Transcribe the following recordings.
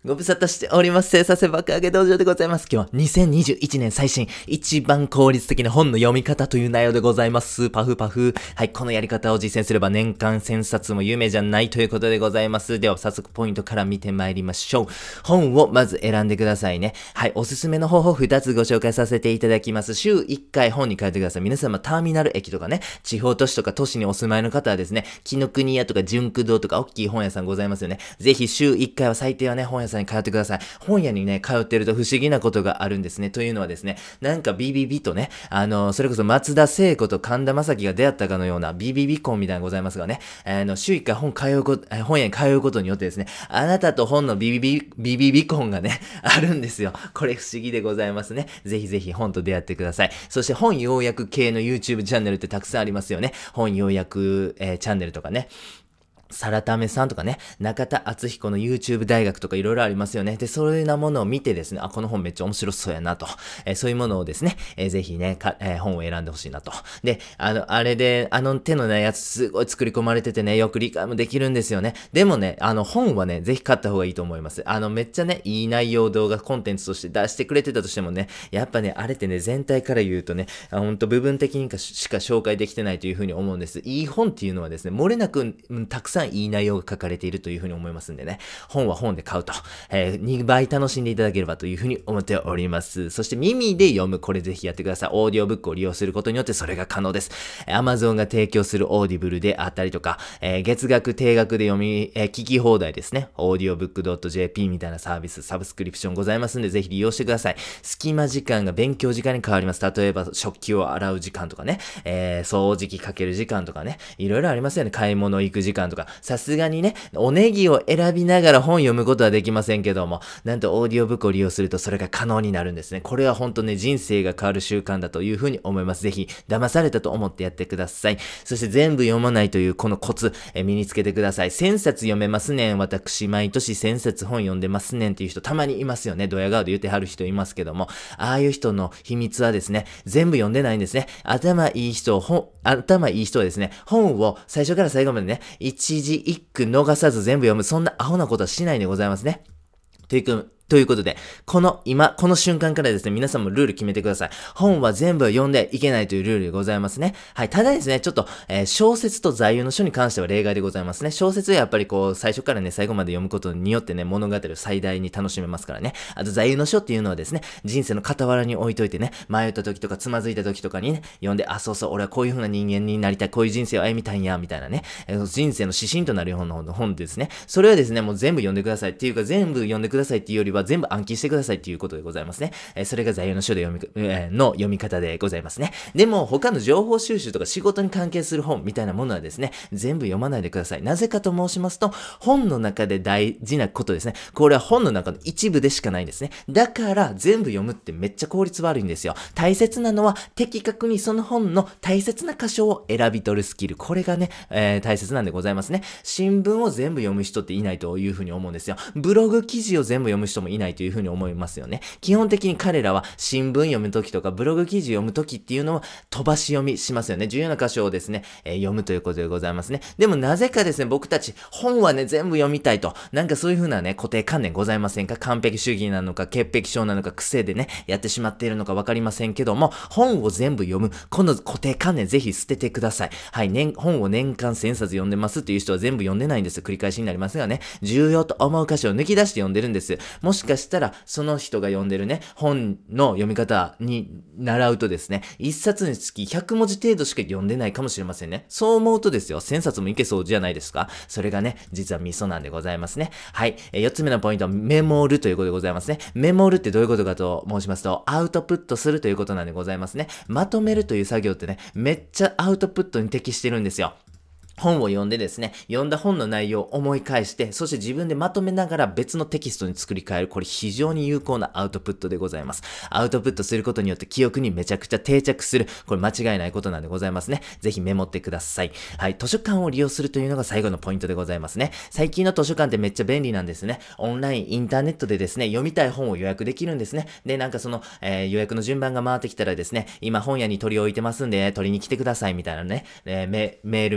ご無沙汰しております。生産性爆上げ道場でございます。今日は2021年最新、一番効率的な本の読み方という内容でございます。パフパフ。はい、このやり方を実践すれば年間1000冊も夢じゃないということでございます。では、早速ポイントから見てまいりましょう。本をまず選んでくださいね。はい、おすすめの方法2つご紹介させていただきます。週1回本に書いてください。皆様、ターミナル駅とかね、地方都市とか都市にお住まいの方はですね、紀ノ国屋とか純駆堂とか大きい本屋さんございますよね。ぜひ週1回は最低はね、本屋さんに通ってください。本屋にね、通ってると不思議なことがあるんですね。というのはですね、なんかビビビとね、それこそ松田聖子と神田正輝が出会ったかのようなビビビ婚みたいなのございますがね、週1回本屋に通うことによってですね、あなたと本のビビビ婚がね、あるんですよ。これ不思議でございますね。ぜひぜひ本と出会ってください。そして本要約系の YouTube チャンネルってたくさんありますよね。本要約、チャンネルとかね。サラタメさんとかね、中田敦彦の YouTube 大学とかいろいろありますよね。で、そういうようなものを見てですね、あ、この本めっちゃ面白そうやなと。そういうものをですね、ぜひね、本を選んでほしいなと。で、あれで、手のね、やつすごい作り込まれててね、よく理解もできるんですよね。でもね、本はね、ぜひ買った方がいいと思います。めっちゃね、いい内容動画コンテンツとして出してくれてたとしてもね、やっぱね、あれってね、全体から言うとね、ほんと部分的にしか紹介できてないというふうに思うんです。いい本っていうのはですね、漏れなく、たくさんいい内容が書かれているというふうに思いますんでね。本は本で買うと、2倍楽しんでいただければというふうに思っております。そして耳で読む、これぜひやってください。オーディオブックを利用することによってそれが可能です。Amazon が提供するオーディブルであったりとか、月額定額で聞き放題ですね。audiobook.jp みたいなサービス、サブスクリプションございますんで、ぜひ利用してください。隙間時間が勉強時間に変わります。例えば、食器を洗う時間とかね、掃除機かける時間とかね、いろいろありますよね。買い物行く時間とか。さすがにね、おネギを選びながら本読むことはできませんけども、なんとオーディオブックを利用するとそれが可能になるんですね。これは本当ね、人生が変わる習慣だというふうに思います。ぜひ、騙されたと思ってやってください。そして全部読まないというこのコツ、身につけてください。1000冊読めますねん。私、毎年1000冊本読んでますねんっていう人たまにいますよね。ドヤ顔で言ってはる人いますけども、ああいう人の秘密はですね、全部読んでないんですね。頭いい人はですね、本を最初から最後までね、一字一句逃さず全部読む、そんなアホなことはしないでございますね。ということで、この瞬間からですね、皆さんもルール決めてください。本は全部読んでいけないというルールでございますね。はい。ただですね、ちょっと、小説と座右の書に関しては例外でございますね。小説はやっぱり最初からね、最後まで読むことによってね、物語を最大に楽しめますからね。あと、座右の書っていうのはですね、人生の傍らに置いといてね、迷った時とかつまずいた時とかにね、読んで、あ、そうそう、俺はこういう風な人間になりたい、こういう人生を歩みたいんや、みたいなね、人生の指針となるような本ですね。それはですね、もう全部読んでくださいっていうか、全部読んでくださいっていうよりは、全部暗記してくださいっていうことでございますね。それが座右の書での読み方でございますね。でも、他の情報収集とか仕事に関係する本みたいなものはですね、全部読まないでください。なぜかと申しますと、本の中で大事なことですね。これは本の中の一部でしかないんですね。だから、全部読むってめっちゃ効率悪いんですよ。大切なのは、的確にその本の大切な箇所を選び取るスキル。これがね、大切なんでございますね。新聞を全部読む人っていないというふうに思うんですよ。ブログ記事を全部読む人もいないというふうに思いますよね。基本的に彼らは新聞読むときとかブログ記事読むときっていうのは飛ばし読みしますよね。重要な箇所をですね、読むということでございますね。でもなぜかですね、僕たち本はね、全部読みたいと。なんかそういうふうなね、固定観念ございませんか？完璧主義なのか、潔癖症なのか、癖でね、やってしまっているのかわかりませんけども、本を全部読む。この固定観念ぜひ捨ててください。はい、本を年間1000冊読んでますっていう人は全部読んでないんです。繰り返しになりますがね、重要と思う箇所を抜き出して読んでるんです。もしかしたら、その人が読んでるね、本の読み方に習うとですね、1冊につき100文字程度しか読んでないかもしれませんね。そう思うとですよ、1000冊もいけそうじゃないですか。それがね、実はミソなんでございますね。はい。4つ目のポイントはメモるということでございますね。メモるってどういうことかと申しますと、アウトプットするということなんでございますね。まとめるという作業ってね、めっちゃアウトプットに適してるんですよ。本を読んでですね、読んだ本の内容を思い返して、そして自分でまとめながら別のテキストに作り変える。これ非常に有効なアウトプットでございます。アウトプットすることによって記憶にめちゃくちゃ定着する。これ間違いないことなんでございますね。ぜひメモってください。はい、図書館を利用するというのが最後のポイントでございますね。最近の図書館ってめっちゃ便利なんですね。オンライン、インターネットでですね、読みたい本を予約できるんですね。で、なんかその、予約の順番が回ってきたらですね、今本屋に取り置いてますんで、取りに来てくださいみたいなね、メールが来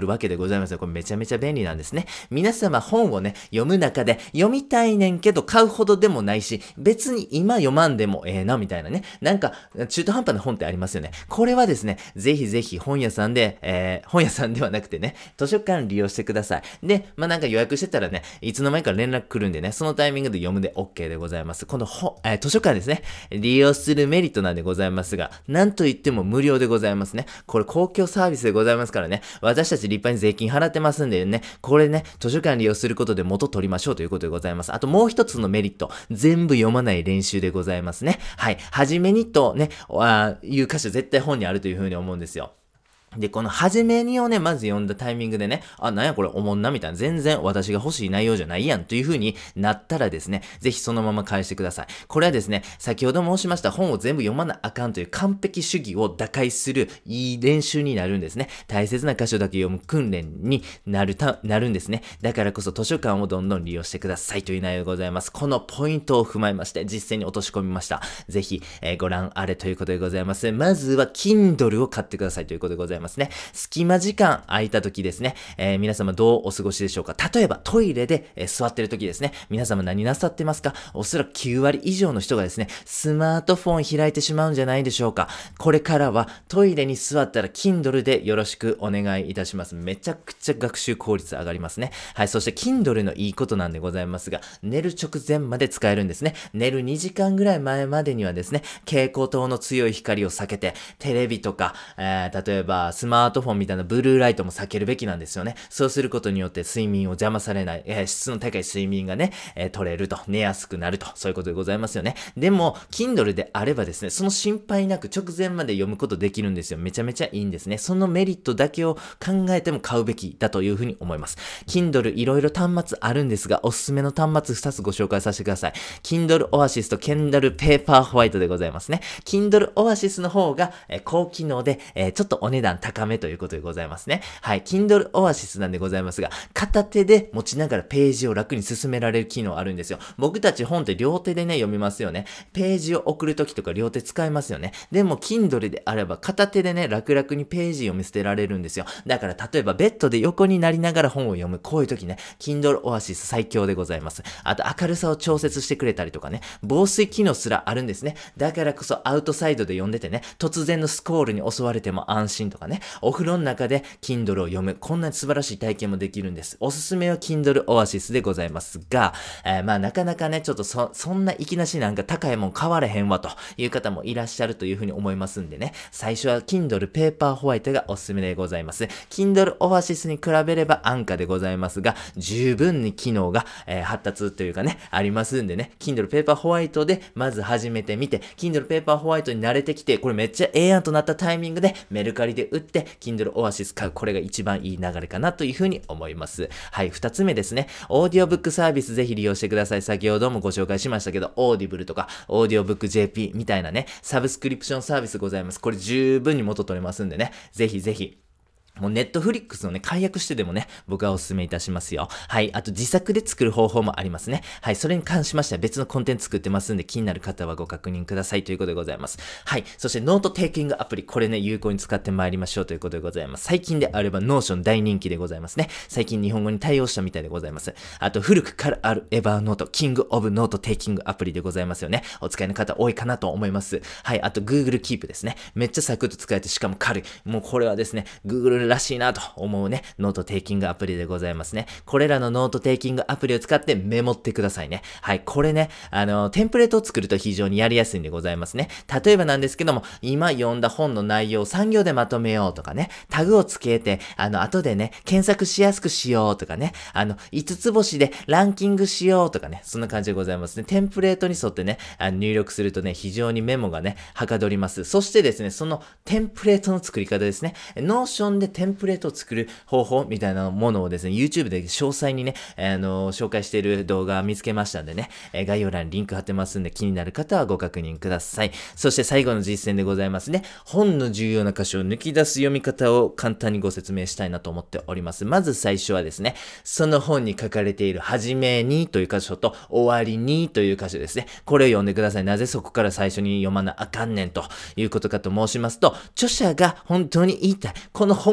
るわけでございますよ。これめちゃめちゃ便利なんですね。皆様本をね、読む中で読みたいねんけど買うほどでもないし、別に今読まんでもええなみたいなね。なんか中途半端な本ってありますよね。これはですね、ぜひぜひ本屋さんで、本屋さんではなくてね、図書館利用してください。で、なんか予約してたらね、いつの間にか連絡来るんでね、そのタイミングで読むで OK でございます。この図書館ですね、利用するメリットなんでございますが、なんといっても無料でございますね。これ公共サービスでございますからね、私たち立派に税金払ってますんでね、これね、図書館利用することで元取りましょうということでございます。あともう一つのメリット、全部読まない練習でございますね。はい。はじめにとね、いう箇所絶対本にあるというふうに思うんですよ。で、この初めにをね、まず読んだタイミングでね、なんやこれおもんなみたいな、全然私が欲しい内容じゃないやんという風になったらですね、ぜひそのまま返してください。これはですね、先ほど申しました本を全部読まなあかんという完璧主義を打開するいい練習になるんですね。大切な箇所だけ読む訓練になるんですね。だからこそ図書館をどんどん利用してくださいという内容でございます。このポイントを踏まえまして実践に落とし込みました。ぜひ、ご覧あれということでございます。まずは Kindle を買ってくださいということでございます。隙間時間空いた時ですね、皆様どうお過ごしでしょうか。例えばトイレで、座ってる時ですね、皆様何なさってますか。おそらく9割以上の人がですね、スマートフォン開いてしまうんじゃないでしょうか。これからはトイレに座ったら Kindle でよろしくお願いいたします。めちゃくちゃ学習効率上がりますね。はい、そして Kindle のいいことなんでございますが、寝る直前まで使えるんですね。寝る2時間ぐらい前までにはですね、蛍光灯の強い光を避けて、テレビとか、例えばスマートフォンみたいなブルーライトも避けるべきなんですよね。そうすることによって睡眠を邪魔されない、質の高い睡眠がね、取れると、寝やすくなると、そういうことでございますよね。でも、Kindle であればですね、その心配なく直前まで読むことできるんですよ。めちゃめちゃいいんですね。そのメリットだけを考えても買うべきだというふうに思います。Kindle いろいろ端末あるんですが、おすすめの端末2つご紹介させてください。Kindle Oasis と Kindle Paper White でございますね。Kindle Oasis の方が、高機能で、ちょっとお値段高めということでございますね。はい。Kindle Oasis なんでございますが、片手で持ちながらページを楽に進められる機能あるんですよ。僕たち本って両手でね、読みますよね。ページを送るときとか両手使いますよね。でも Kindle であれば片手でね、楽々にページ読み捨てられるんですよ。だから例えばベッドで横になりながら本を読む。こういうときね、Kindle Oasis 最強でございます。あと明るさを調節してくれたりとかね、防水機能すらあるんですね。だからこそアウトサイドで読んでてね、突然のスコールに襲われても安心とかね、お風呂の中で Kindle を読む。こんな素晴らしい体験もできるんです。おすすめは Kindle Oasis でございますが、なかなかね、ちょっとそんないきなしなんか高いもん買われへんわという方もいらっしゃるというふうに思いますんでね、最初は Kindle Paper White がおすすめでございます。Kindle Oasis に比べれば安価でございますが、十分に機能が、発達というかね、ありますんでね、Kindle Paper White でまず始めてみて、Kindle Paper White に慣れてきて、これめっちゃええやんとなったタイミングでメルカリで売って、Kindle Oasis 買う。これが一番いい流れかなというふうに思います。はい、二つ目ですね。オーディオブックサービスぜひ利用してください。先ほどもご紹介しましたけど、Audible とか、オーディオブック JP みたいなね、サブスクリプションサービスございます。これ十分に元取れますんでね、ぜひぜひ。もうネットフリックスをね、解約してでもね、僕はお勧めいたしますよ。はい。あと自作で作る方法もありますね。はい。それに関しましては別のコンテンツ作ってますんで、気になる方はご確認くださいということでございます。はい。そしてノートテイキングアプリ、これね、有効に使ってまいりましょうということでございます。最近であればノーション大人気でございますね。最近日本語に対応したみたいでございます。あと古くからあるエバーノート、キングオブノートテイキングアプリでございますよね。お使いの方多いかなと思います。はい。あと Google Keep ですね。めっちゃサクッと使えてしかも軽い。もうこれはですね、Google らしいなと思うね、ノートテイキングアプリでございますね。これらのノートテイキングアプリを使ってメモってくださいね。はい、これね、テンプレートを作ると非常にやりやすいんでございますね。例えばなんですけども、今読んだ本の内容を3行でまとめようとかね、タグをつけて、後でね、検索しやすくしようとかね、5つ星でランキングしようとかね、そんな感じでございますね。テンプレートに沿ってね、入力するとね、非常にメモがね、はかどります。そしてですね、そのテンプレートの作り方ですね、ノーションでテンプレートを作る方法みたいなものをですね、YouTube で詳細にね、紹介している動画見つけましたんでね、概要欄にリンク貼ってますんで、気になる方はご確認ください。そして最後の実践でございますね。本の重要な箇所を抜き出す読み方を簡単にご説明したいなと思っております。まず最初はですね、その本に書かれているはじめにという箇所と終わりにという箇所ですね。これを読んでください。なぜそこから最初に読まなあかんねんということかと申しますと、著者が本当に言いたい。この本を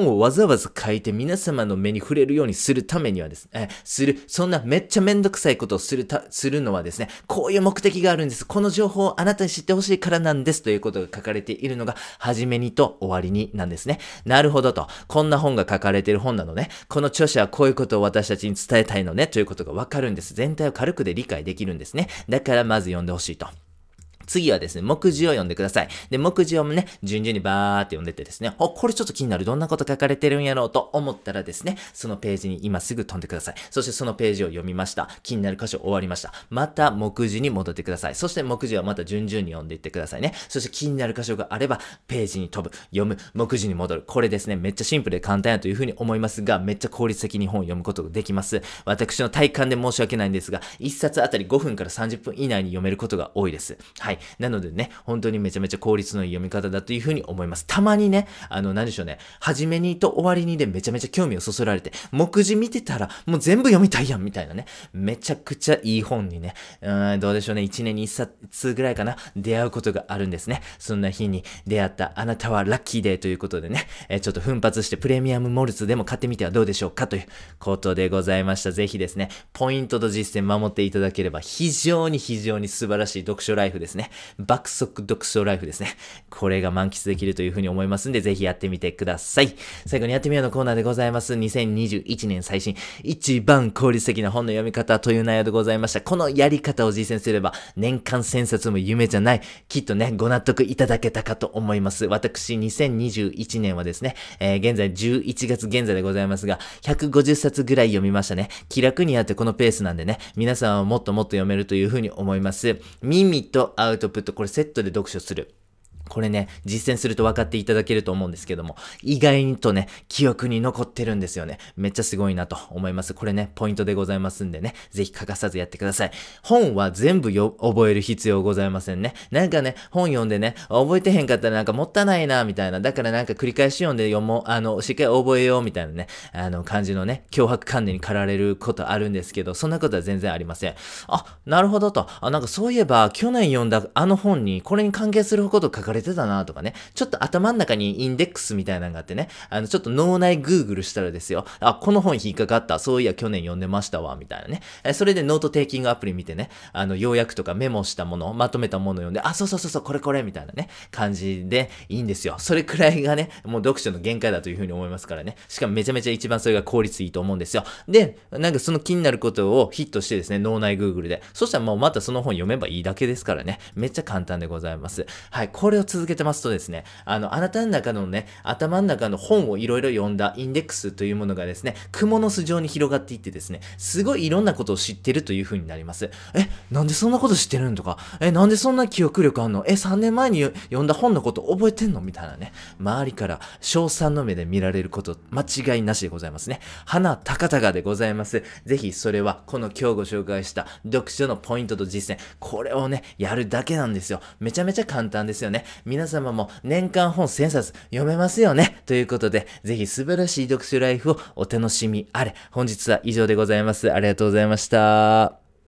をわざわざ書いて皆様の目に触れるようにするためにはですね、そんなめっちゃめんどくさいことをするのはですね、こういう目的があるんです。この情報をあなたに知ってほしいからなんですということが書かれているのが、初めにと終わりになんですね。なるほどと。こんな本が書かれている本なのね。この著者はこういうことを私たちに伝えたいのねということがわかるんです。全体を軽くで理解できるんですね。だからまず読んでほしいと。次はですね、目次を読んでください。で、目次をね、順々にバーって読んでってですね、これちょっと気になる。どんなこと書かれてるんやろうと思ったらですね、そのページに今すぐ飛んでください。そしてそのページを読みました。気になる箇所終わりました。また目次に戻ってください。そして目次はまた順々に読んでいってくださいね。そして気になる箇所があれば、ページに飛ぶ、読む、目次に戻る。これですね、めっちゃシンプルで簡単やというふうに思いますが、めっちゃ効率的に本を読むことができます。私の体感で申し訳ないんですが、1冊あたり5分から30分以内に読めることが多いです。はい。なのでね、本当にめちゃめちゃ効率のいい読み方だというふうに思います。たまにね、何でしょうね、初めにと終わりにでめちゃめちゃ興味をそそられて、目次見てたらもう全部読みたいやんみたいなね、めちゃくちゃいい本にね、どうでしょうね、1年に1冊ぐらいかな、出会うことがあるんですね。そんな日に出会ったあなたはラッキーデーということでね、ちょっと奮発してプレミアムモルツでも買ってみてはどうでしょうかということでございました。ぜひですね、ポイントと実践守っていただければ非常に素晴らしい読書ライフですね。爆速読書ライフですね。これが満喫できるというふうに思いますんで、ぜひやってみてください。最後にやってみようのコーナーでございます。2021年最新、一番効率的な本の読み方という内容でございました。このやり方を実践すれば、年間1000冊も夢じゃない。きっとね、ご納得いただけたかと思います。私、2021年はですね、現在11月現在でございますが、150冊ぐらい読みましたね。気楽にやってこのペースなんでね、皆さんはもっともっと読めるというふうに思います。耳とアウトプット、これセットで読書する。これね、実践すると分かっていただけると思うんですけども、意外にとね、記憶に残ってるんですよね。めっちゃすごいなと思います。これね、ポイントでございますんでね、ぜひ欠かさずやってください。本は全部覚える必要ございませんね。なんかね、本読んでね、覚えてへんかったらなんかもったいないな、みたいな。だからなんか繰り返し読んで読もう、しっかり覚えよう、みたいなね、感じのね、脅迫観念に駆られることあるんですけど、そんなことは全然ありません。なるほどと。なんかそういえば、去年読んだあの本に、これに関係すること書かれてたなとかね、ちょっと頭の中にインデックスみたいなのがあってね、ちょっと脳内グーグルしたらですよ、この本引っかかった、そういや去年読んでましたわ、みたいなね。それでノートテイキングアプリ見てね、要約とかメモしたもの、まとめたものを読んで、そう、これ、みたいなね、感じでいいんですよ。それくらいがね、もう読書の限界だというふうに思いますからね。しかもめちゃめちゃ一番それが効率いいと思うんですよ。で、なんかその気になることをヒットしてですね、脳内グーグルで。そしたらもうまたその本読めばいいだけですからね。めっちゃ簡単でございます。はい、これを続けてますとですね、あなたの中のね、頭の中の本をいろいろ読んだインデックスというものがですね、蜘蛛の巣状に広がっていってですね、すごいいろんなことを知ってるという風になります。なんでそんなこと知ってるんとか、なんでそんな記憶力あんの3年前に読んだ本のこと覚えてんのみたいなね、周りから称賛の目で見られること間違いなしでございますね。花高々でございます。ぜひそれはこの今日ご紹介した読書のポイントと実践、これをね、やるだけなんですよ。めちゃめちゃ簡単ですよね。皆様も年間本1000冊読めますよね。ということで、ぜひ素晴らしい読書ライフをお楽しみあれ。本日は以上でございます。ありがとうございました。